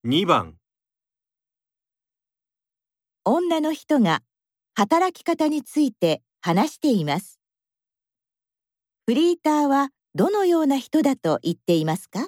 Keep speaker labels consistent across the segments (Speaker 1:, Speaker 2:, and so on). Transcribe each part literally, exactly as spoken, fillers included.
Speaker 1: にばん、
Speaker 2: 女の人が働き方について話しています。フリーターはどのような人だと言っていますか？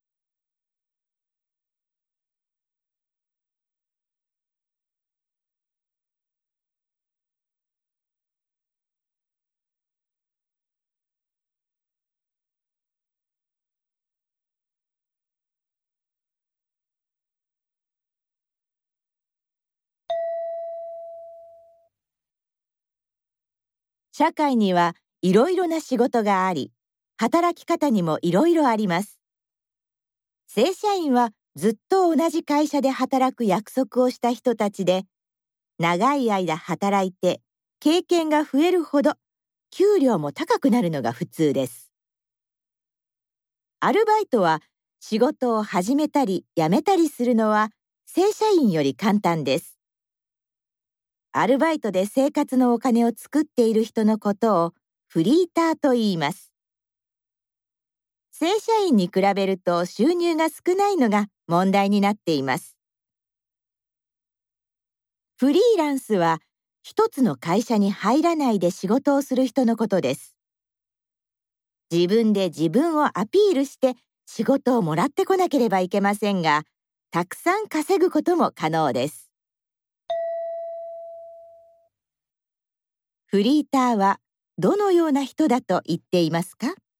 Speaker 2: 社会にはいろいろな仕事があり、働き方にもいろいろあります。正社員はずっと同じ会社で働く約束をした人たちで、長い間働いて経験が増えるほど給料も高くなるのが普通です。アルバイトは仕事を始めたり辞めたりするのは正社員より簡単です。アルバイトで生活のお金を作っている人のことをフリーターと言います。正社員に比べると収入が少ないのが問題になっています。フリーランスは一つの会社に入らないで仕事をする人のことです。自分で自分をアピールして仕事をもらってこなければいけませんが、たくさん稼ぐことも可能です。フリーターはどのような人だと言っていますか？